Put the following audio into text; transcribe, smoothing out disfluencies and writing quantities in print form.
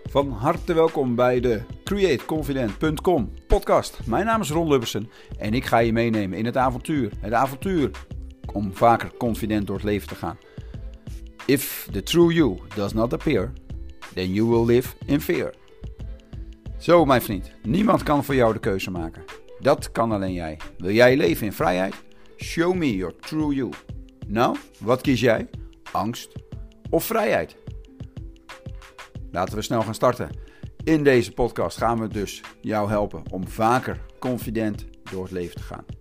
Van harte welkom bij de CreateConfident.com podcast. Mijn naam is Ron Lubbersen en ik ga je meenemen in het avontuur. Het avontuur om vaker confident door het leven te gaan. If the true you does not appear, then you will live in fear. Zo mijn vriend, niemand kan voor jou de keuze maken. Dat kan alleen jij. Wil jij leven in vrijheid? Show me your true you. Nou, wat kies jij? Angst of vrijheid? Laten we snel gaan starten. In deze podcast gaan we dus jou helpen om vaker confident door het leven te gaan.